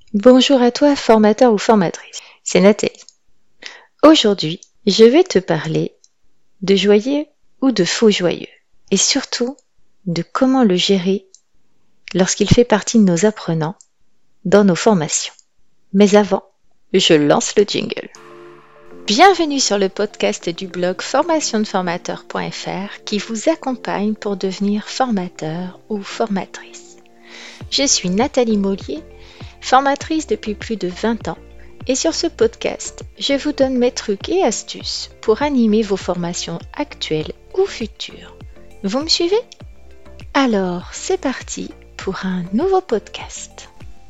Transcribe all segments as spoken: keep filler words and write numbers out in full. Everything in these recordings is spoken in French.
Bonjour à toi, formateur ou formatrice. C'est Nathalie. Aujourd'hui, je vais te parler de joyeux ou de faux joyeux et surtout de comment le gérer lorsqu'il fait partie de nos apprenants dans nos formations. Mais avant, je lance le jingle. Bienvenue sur le podcast du blog formation de formateur point f r qui vous accompagne pour devenir formateur ou formatrice. Je suis Nathalie Mollier, formatrice depuis plus de vingt ans, et sur ce podcast, je vous donne mes trucs et astuces pour animer vos formations actuelles ou futures. Vous me suivez ? Alors, c'est parti pour un nouveau podcast.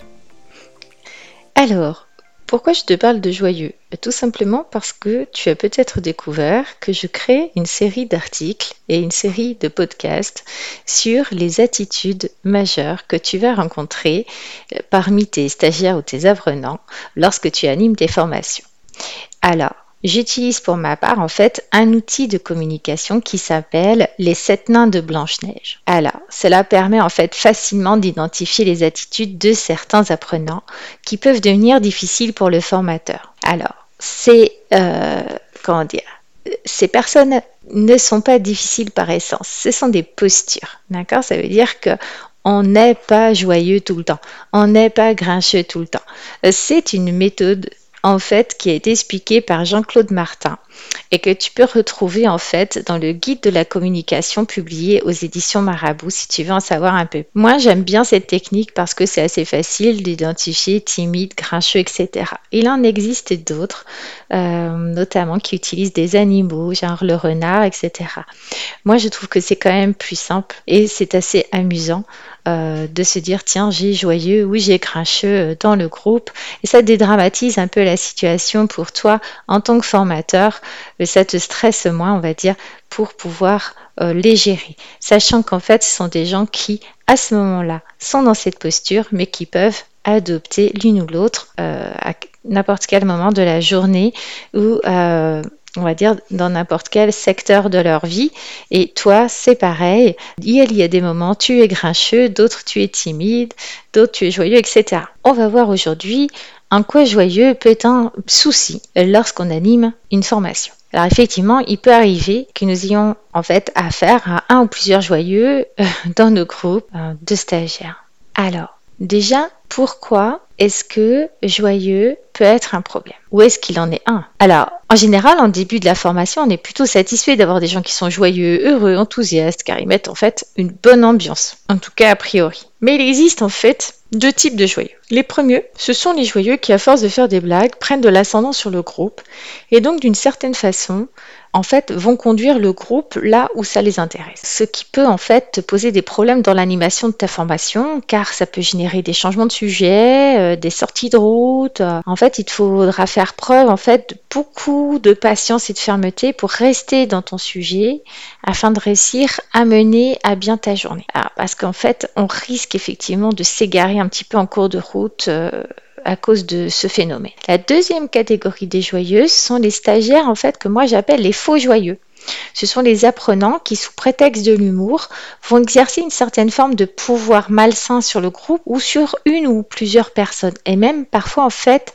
Alors, pourquoi je te parle de joyeux ? Tout simplement parce que tu as peut-être découvert que je crée une série d'articles et une série de podcasts sur les attitudes majeures que tu vas rencontrer parmi tes stagiaires ou tes apprenants lorsque tu animes tes formations. Alors, j'utilise pour ma part en fait un outil de communication qui s'appelle les sept nains de Blanche-Neige. Alors, cela permet en fait facilement d'identifier les attitudes de certains apprenants qui peuvent devenir difficiles pour le formateur. Alors, c'est euh, comment dire ces personnes ne sont pas difficiles par essence, ce sont des postures, d'accord ? Ça veut dire que on n'est pas joyeux tout le temps, on n'est pas grincheux tout le temps. C'est une méthode en fait qui a été expliquée par Jean-Claude Martin et que tu peux retrouver en fait dans le guide de la communication publié aux éditions Marabout si tu veux en savoir un peu. Moi j'aime bien cette technique parce que c'est assez facile d'identifier timide, grincheux, et cetera. Il en existe d'autres, euh, notamment qui utilisent des animaux, genre le renard, et cetera. Moi je trouve que c'est quand même plus simple et c'est assez amusant euh, de se dire tiens j'ai joyeux, oui j'ai grincheux dans le groupe et ça dédramatise un peu la situation pour toi en tant que formateur. Ça te stresse moins, on va dire, pour pouvoir euh, les gérer. Sachant qu'en fait, ce sont des gens qui, à ce moment-là, sont dans cette posture, mais qui peuvent adopter l'une ou l'autre euh, à n'importe quel moment de la journée ou, euh, on va dire, dans n'importe quel secteur de leur vie. Et toi, c'est pareil. Il y a des moments, tu es grincheux, d'autres, tu es timide, d'autres, tu es joyeux, et cetera. On va voir aujourd'hui en quoi joyeux peut être un souci lorsqu'on anime une formation. Alors effectivement, il peut arriver que nous ayons en fait affaire à un ou plusieurs joyeux euh, dans nos groupes euh, de stagiaires. Alors, déjà, pourquoi est-ce que joyeux peut être un problème ? Ou est-ce qu'il en est un ? Alors, en général, en début de la formation, on est plutôt satisfait d'avoir des gens qui sont joyeux, heureux, enthousiastes, car ils mettent en fait une bonne ambiance, en tout cas a priori. Mais il existe en fait deux types de joyeux. Les premiers, ce sont les joyeux qui, à force de faire des blagues, prennent de l'ascendant sur le groupe et donc d'une certaine façon, en fait, vont conduire le groupe là où ça les intéresse. Ce qui peut en fait te poser des problèmes dans l'animation de ta formation, car ça peut générer des changements de sujet, euh, des sorties de route. En fait, il te faudra faire preuve en fait de beaucoup de patience et de fermeté pour rester dans ton sujet afin de réussir à mener à bien ta journée. Alors, parce qu'en fait, on risque effectivement de s'égarer un petit peu en cours de route euh, à cause de ce phénomène. La deuxième catégorie des joyeux sont les stagiaires en fait que moi j'appelle les faux joyeux. Ce sont les apprenants qui, sous prétexte de l'humour, vont exercer une certaine forme de pouvoir malsain sur le groupe ou sur une ou plusieurs personnes, et même parfois en fait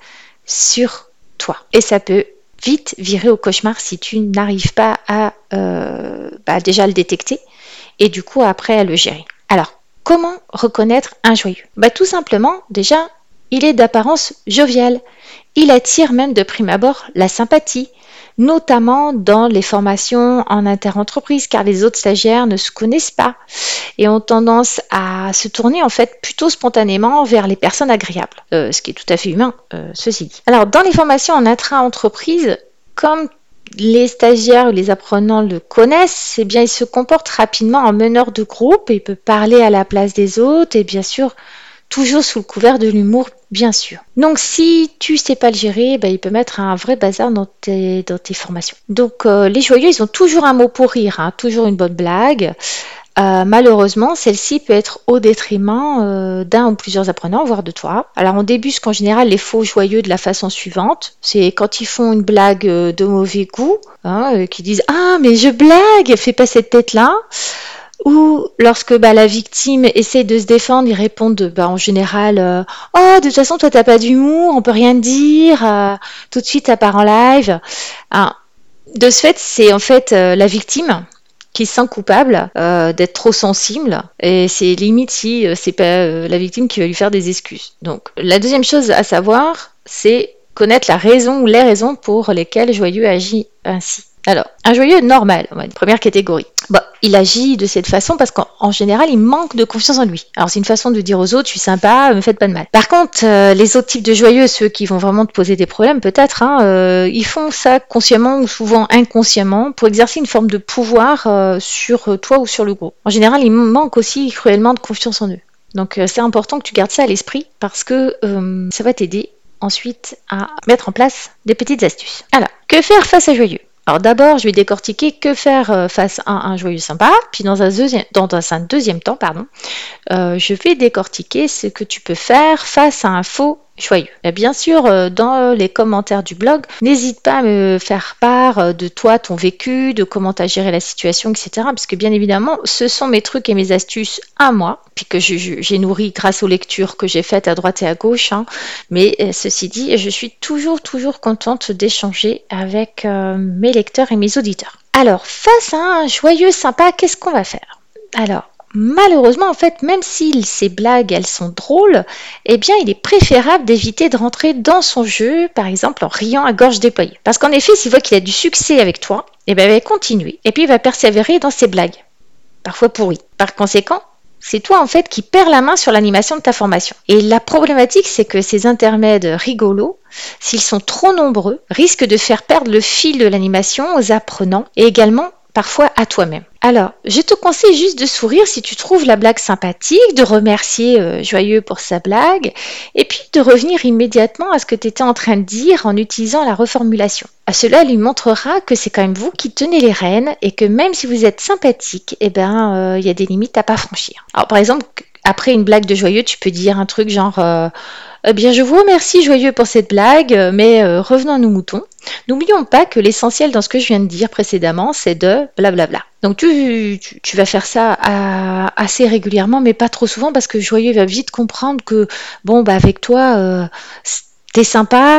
sur toi. Et ça peut vite virer au cauchemar si tu n'arrives pas à euh, bah déjà le détecter et du coup après à le gérer. Alors, comment reconnaître un joyeux ? Bah, tout simplement, déjà, il est d'apparence jovial. Il attire même de prime abord la sympathie, notamment dans les formations en interentreprise, car les autres stagiaires ne se connaissent pas et ont tendance à se tourner en fait plutôt spontanément vers les personnes agréables, euh, ce qui est tout à fait humain, euh, ceci dit. Alors, dans les formations en intra-entreprise, comme les stagiaires ou les apprenants le connaissent, eh bien, il se comporte rapidement en meneur de groupe et il peut parler à la place des autres et bien sûr, toujours sous le couvert de l'humour, bien sûr. Donc, si tu sais pas le gérer, ben, il peut mettre un vrai bazar dans tes, dans tes formations. Donc, euh, les joyeux, ils ont toujours un mot pour rire, hein, toujours une bonne blague. Euh, malheureusement, celle-ci peut être au détriment euh, d'un ou plusieurs apprenants, voire de toi. Alors, on débusque en général les faux joyeux de la façon suivante. C'est quand ils font une blague euh, de mauvais goût, hein, euh, qui disent « Ah, mais je blague, fais pas cette tête-là !» Ou lorsque bah, la victime essaie de se défendre, ils répondent bah, en général euh, oh, de toute façon, toi, t'as pas d'humour, on peut rien te dire, euh, tout de suite, ça part en live. Alors, de ce fait, c'est en fait euh, la victime qui se sent coupable euh, d'être trop sensible et c'est limite si euh, c'est pas euh, la victime qui va lui faire des excuses. Donc, la deuxième chose à savoir, c'est connaître la raison ou les raisons pour lesquelles Joyeux agit ainsi. Alors, un joyeux normal, on va dire, première catégorie. Bah, il agit de cette façon parce qu'en en général, il manque de confiance en lui. Alors, c'est une façon de dire aux autres, je suis sympa, me faites pas de mal. Par contre, euh, les autres types de joyeux, ceux qui vont vraiment te poser des problèmes, peut-être, hein, euh, ils font ça consciemment ou souvent inconsciemment pour exercer une forme de pouvoir euh, sur toi ou sur le groupe. En général, ils manquent aussi cruellement de confiance en eux. Donc, euh, c'est important que tu gardes ça à l'esprit parce que euh, ça va t'aider ensuite à mettre en place des petites astuces. Alors, que faire face à joyeux ? Alors d'abord, je vais décortiquer que faire face à un joyeux sympa, puis dans un deuxième, dans un deuxième temps, pardon, euh, je vais décortiquer ce que tu peux faire face à un faux joyeux. Et bien sûr, euh, dans les commentaires du blog, n'hésite pas à me faire part de toi, ton vécu, de comment tu as géré la situation, et cetera. Parce que bien évidemment, ce sont mes trucs et mes astuces à moi, puis que je, je, j'ai nourri grâce aux lectures que j'ai faites à droite et à gauche. Hein. Mais euh, ceci dit, je suis toujours, toujours contente d'échanger avec euh, mes lecteurs et mes auditeurs. Alors, face à un joyeux sympa, qu'est-ce qu'on va faire ? Alors, malheureusement, en fait, même si ces blagues, elles sont drôles, eh bien, il est préférable d'éviter de rentrer dans son jeu, par exemple, en riant à gorge déployée. Parce qu'en effet, s'il voit qu'il a du succès avec toi, eh bien, il va continuer. Et puis, il va persévérer dans ses blagues, parfois pourries. Par conséquent, c'est toi, en fait, qui perds la main sur l'animation de ta formation. Et la problématique, c'est que ces intermèdes rigolos, s'ils sont trop nombreux, risquent de faire perdre le fil de l'animation aux apprenants et également parfois à toi-même. Alors, je te conseille juste de sourire si tu trouves la blague sympathique, de remercier euh, Joyeux pour sa blague, et puis de revenir immédiatement à ce que tu étais en train de dire en utilisant la reformulation. À cela lui montrera que c'est quand même vous qui tenez les rênes et que même si vous êtes sympathique, eh ben, il euh, y a des limites à pas franchir. Alors, par exemple, après une blague de Joyeux, tu peux dire un truc genre euh, eh bien, je vous remercie Joyeux pour cette blague, mais euh, revenons à nos moutons. N'oublions pas que l'essentiel dans ce que je viens de dire précédemment, c'est de blablabla. Donc tu, tu, tu vas faire ça à, assez régulièrement, mais pas trop souvent parce que Joyeux va vite comprendre que, bon, bah avec toi, euh, t'es sympa,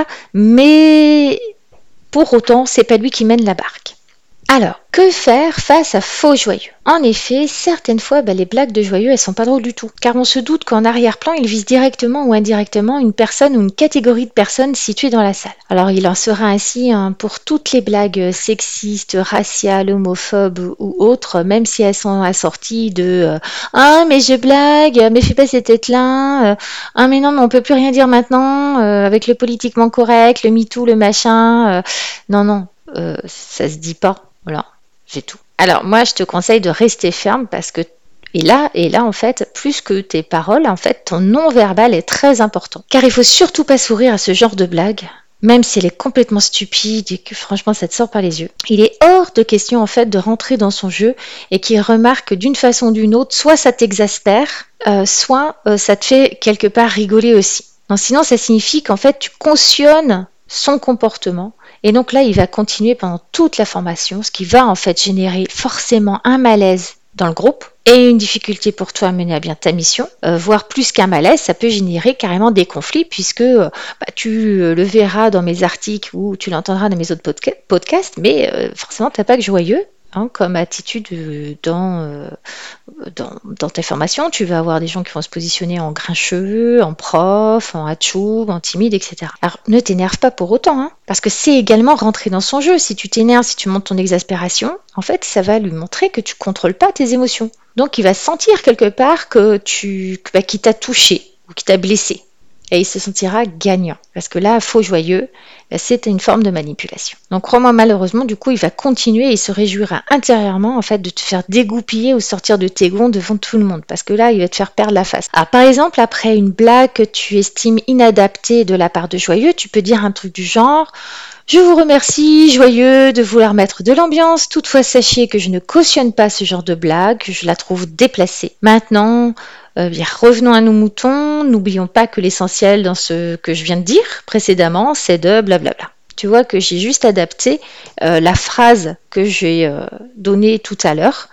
mais pour autant, c'est pas lui qui mène la barque. Alors, que faire face à faux joyeux ? En effet, certaines fois, bah, les blagues de joyeux, elles sont pas drôles du tout. Car on se doute qu'en arrière-plan, ils visent directement ou indirectement une personne ou une catégorie de personnes situées dans la salle. Alors, il en sera ainsi hein, pour toutes les blagues sexistes, raciales, homophobes ou autres, même si elles sont assorties de euh, « Ah, mais je blague, mais fais pas cette tête-là, euh, ah, mais non, mais on peut plus rien dire maintenant, euh, avec le politiquement correct, le MeToo, le machin. Euh, non, non, euh, ça se dit pas. » Voilà, c'est tout. Alors moi, je te conseille de rester ferme parce que et là, et là en fait, plus que tes paroles, en fait, ton non-verbal est très important. Car il faut surtout pas sourire à ce genre de blague, même si elle est complètement stupide et que franchement ça te sort par les yeux. Il est hors de question en fait de rentrer dans son jeu et qu'il remarque d'une façon ou d'une autre, soit ça t'exaspère, euh, soit euh, ça te fait quelque part rigoler aussi. Non, sinon ça signifie qu'en fait tu cautionnes son comportement. Et donc là, il va continuer pendant toute la formation, ce qui va en fait générer forcément un malaise dans le groupe et une difficulté pour toi à mener à bien ta mission, euh, voire plus qu'un malaise, ça peut générer carrément des conflits puisque euh, bah, tu euh, le verras dans mes articles ou tu l'entendras dans mes autres podca- podcasts, mais euh, forcément, tu n'as pas que joyeux. Hein, comme attitude dans, euh, dans, dans tes formations, tu vas avoir des gens qui vont se positionner en grincheux, en prof, en hatchoub, en timide, et cetera. Alors ne t'énerve pas pour autant, hein, parce que c'est également rentrer dans son jeu. Si tu t'énerves, si tu montes ton exaspération, en fait, ça va lui montrer que tu contrôles pas tes émotions. Donc il va sentir quelque part que tu, bah, qu'il t'a touché ou qu'il t'a blessé. Et il se sentira gagnant. Parce que là, faux joyeux, c'est une forme de manipulation. Donc crois-moi, malheureusement, du coup, il va continuer et il se réjouira intérieurement en fait de te faire dégoupiller ou sortir de tes gonds devant tout le monde. Parce que là, il va te faire perdre la face. Alors, par exemple, après une blague que tu estimes inadaptée de la part de joyeux, tu peux dire un truc du genre « Je vous remercie, joyeux, de vouloir mettre de l'ambiance. Toutefois, sachez que je ne cautionne pas ce genre de blague, que je la trouve déplacée. Maintenant, euh, bien, revenons à nos moutons. N'oublions pas que l'essentiel dans ce que je viens de dire précédemment, c'est de blablabla. » Tu vois que j'ai juste adapté euh, la phrase que j'ai euh, donnée tout à l'heure.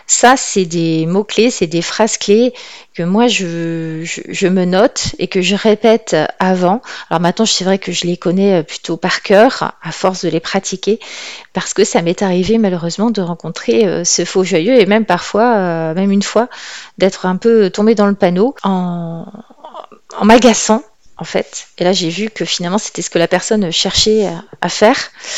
Ça, c'est des mots-clés, c'est des phrases-clés que moi, je, je, je me note et que je répète avant. Alors maintenant, c'est vrai que je les connais plutôt par cœur, à force de les pratiquer, parce que ça m'est arrivé malheureusement de rencontrer euh, ce faux joyeux et même parfois, euh, même une fois, d'être un peu tombée dans le panneau en, en m'agaçant, en fait. Et là, j'ai vu que finalement, c'était ce que la personne cherchait à, à faire.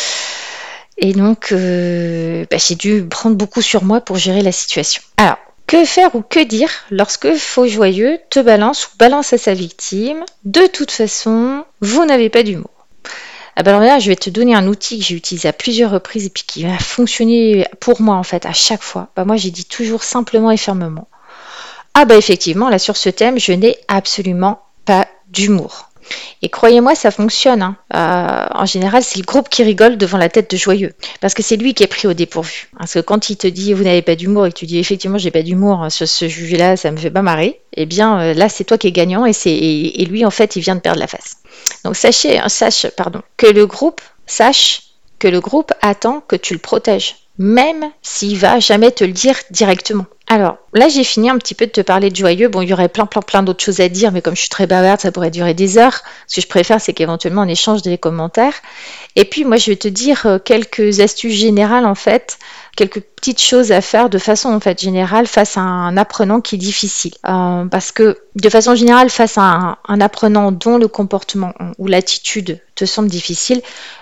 Et donc, euh, bah, j'ai dû prendre beaucoup sur moi pour gérer la situation. Alors, que faire ou que dire lorsque faux joyeux te balance ou balance à sa victime? De toute façon, vous n'avez pas d'humour. Ah bah alors là, je vais te donner un outil que j'ai utilisé à plusieurs reprises et puis qui va fonctionner pour moi en fait à chaque fois. Bah moi, j'ai dit toujours simplement et fermement. Ah bah effectivement, là sur ce thème, je n'ai absolument pas d'humour. Et croyez-moi, ça fonctionne, hein. Euh, en général, c'est le groupe qui rigole devant la tête de joyeux. Parce que c'est lui qui est pris au dépourvu. Parce que quand il te dit vous n'avez pas d'humour et que tu dis effectivement j'ai pas d'humour sur ce sujet-là, ça me fait pas marrer, eh bien euh, là c'est toi qui es gagnant et, c'est, et, et lui en fait il vient de perdre la face. Donc sachez, sache pardon, que le groupe sache que le groupe attend que tu le protèges, même s'il va jamais te le dire directement. Alors, là, j'ai fini un petit peu de te parler de joyeux. Bon, il y aurait plein, plein, plein d'autres choses à dire, mais comme je suis très bavarde, ça pourrait durer des heures. Ce que je préfère, c'est qu'éventuellement, on échange des commentaires. Et puis, moi, je vais te dire quelques astuces générales, en fait, quelques petites choses à faire de façon, en fait, générale face à un apprenant qui est difficile. Euh, parce que, de façon générale, face à un, un apprenant dont le comportement ou l'attitude te semble difficile,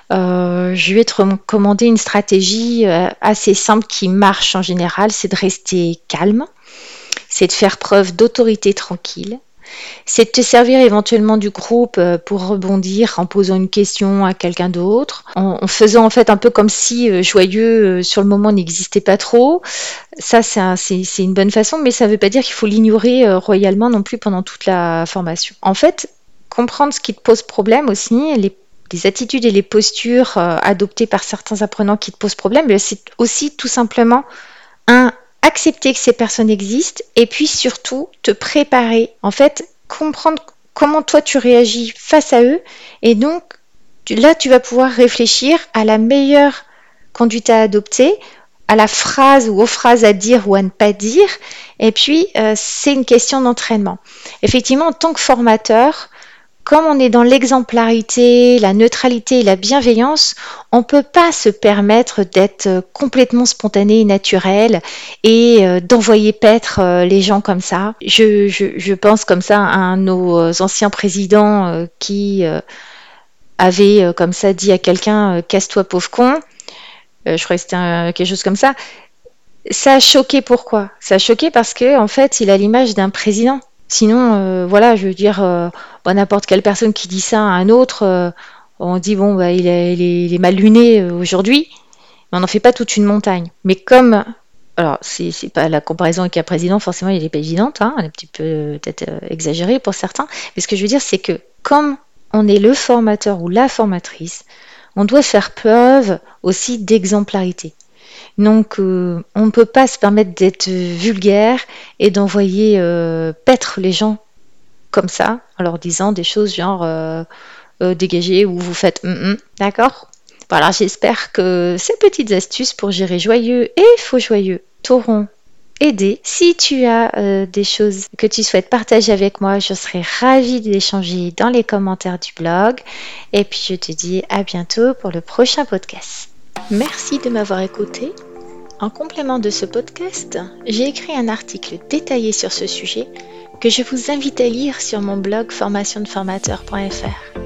euh, je vais te recommander une stratégie euh, assez simple qui marche en général, c'est de rester calme, c'est de faire preuve d'autorité tranquille, c'est de te servir éventuellement du groupe euh, pour rebondir en posant une question à quelqu'un d'autre, en, en faisant en fait un peu comme si euh, joyeux euh, sur le moment n'existait pas trop. Ça, c'est, un, c'est, c'est une bonne façon, mais ça ne veut pas dire qu'il faut l'ignorer euh, royalement non plus pendant toute la formation. En fait, comprendre ce qui te pose problème aussi, les les attitudes et les postures euh, adoptées par certains apprenants qui te posent problème, c'est aussi tout simplement un, accepter que ces personnes existent et puis surtout te préparer, en fait, comprendre comment toi tu réagis face à eux et donc tu, là tu vas pouvoir réfléchir à la meilleure conduite à adopter, à la phrase ou aux phrases à dire ou à ne pas dire et puis euh, c'est une question d'entraînement. Effectivement, en tant que formateur, comme on est dans l'exemplarité, la neutralité et la bienveillance, on ne peut pas se permettre d'être complètement spontané et naturel et euh, d'envoyer paître euh, les gens comme ça. Je, je, je pense comme ça à un de nos anciens présidents euh, qui euh, avait euh, comme ça dit à quelqu'un euh, « casse-toi pauvre con ». Euh, je crois que c'était un, quelque chose comme ça. Ça a choqué pourquoi? Ça a choqué parce que en fait, il a l'image d'un président. Sinon, euh, voilà, je veux dire, euh, bah, n'importe quelle personne qui dit ça à un autre, euh, on dit bon, bah, il, est, il, est, il est mal luné euh, aujourd'hui, mais on n'en fait pas toute une montagne. Mais comme, alors, c'est, c'est pas la comparaison avec un président, forcément, elle n'est pas évidente, hein, elle est un petit peu euh, peut-être euh, exagérée pour certains, mais ce que je veux dire, c'est que comme on est le formateur ou la formatrice, on doit faire preuve aussi d'exemplarité. Donc, euh, on ne peut pas se permettre d'être vulgaire et d'envoyer euh, paître les gens comme ça, en leur disant des choses genre euh, euh, dégagez ou vous faites mm, mm, d'accord? Voilà, j'espère que ces petites astuces pour gérer joyeux et faux joyeux t'auront aidé. Si tu as euh, des choses que tu souhaites partager avec moi, je serai ravie d'échanger dans les commentaires du blog. Et puis, je te dis à bientôt pour le prochain podcast. Merci de m'avoir écouté. En complément de ce podcast, j'ai écrit un article détaillé sur ce sujet que je vous invite à lire sur mon blog formation de formateur point f r.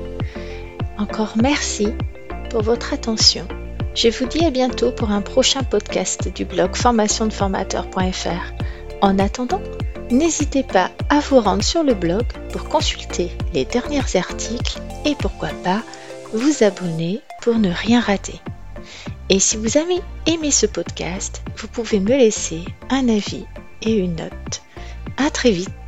Encore merci pour votre attention. Je vous dis à bientôt pour un prochain podcast du blog formation de formateur point f r. En attendant, n'hésitez pas à vous rendre sur le blog pour consulter les derniers articles et pourquoi pas vous abonner pour ne rien rater. Et si vous avez aimé ce podcast, vous pouvez me laisser un avis et une note. À très vite.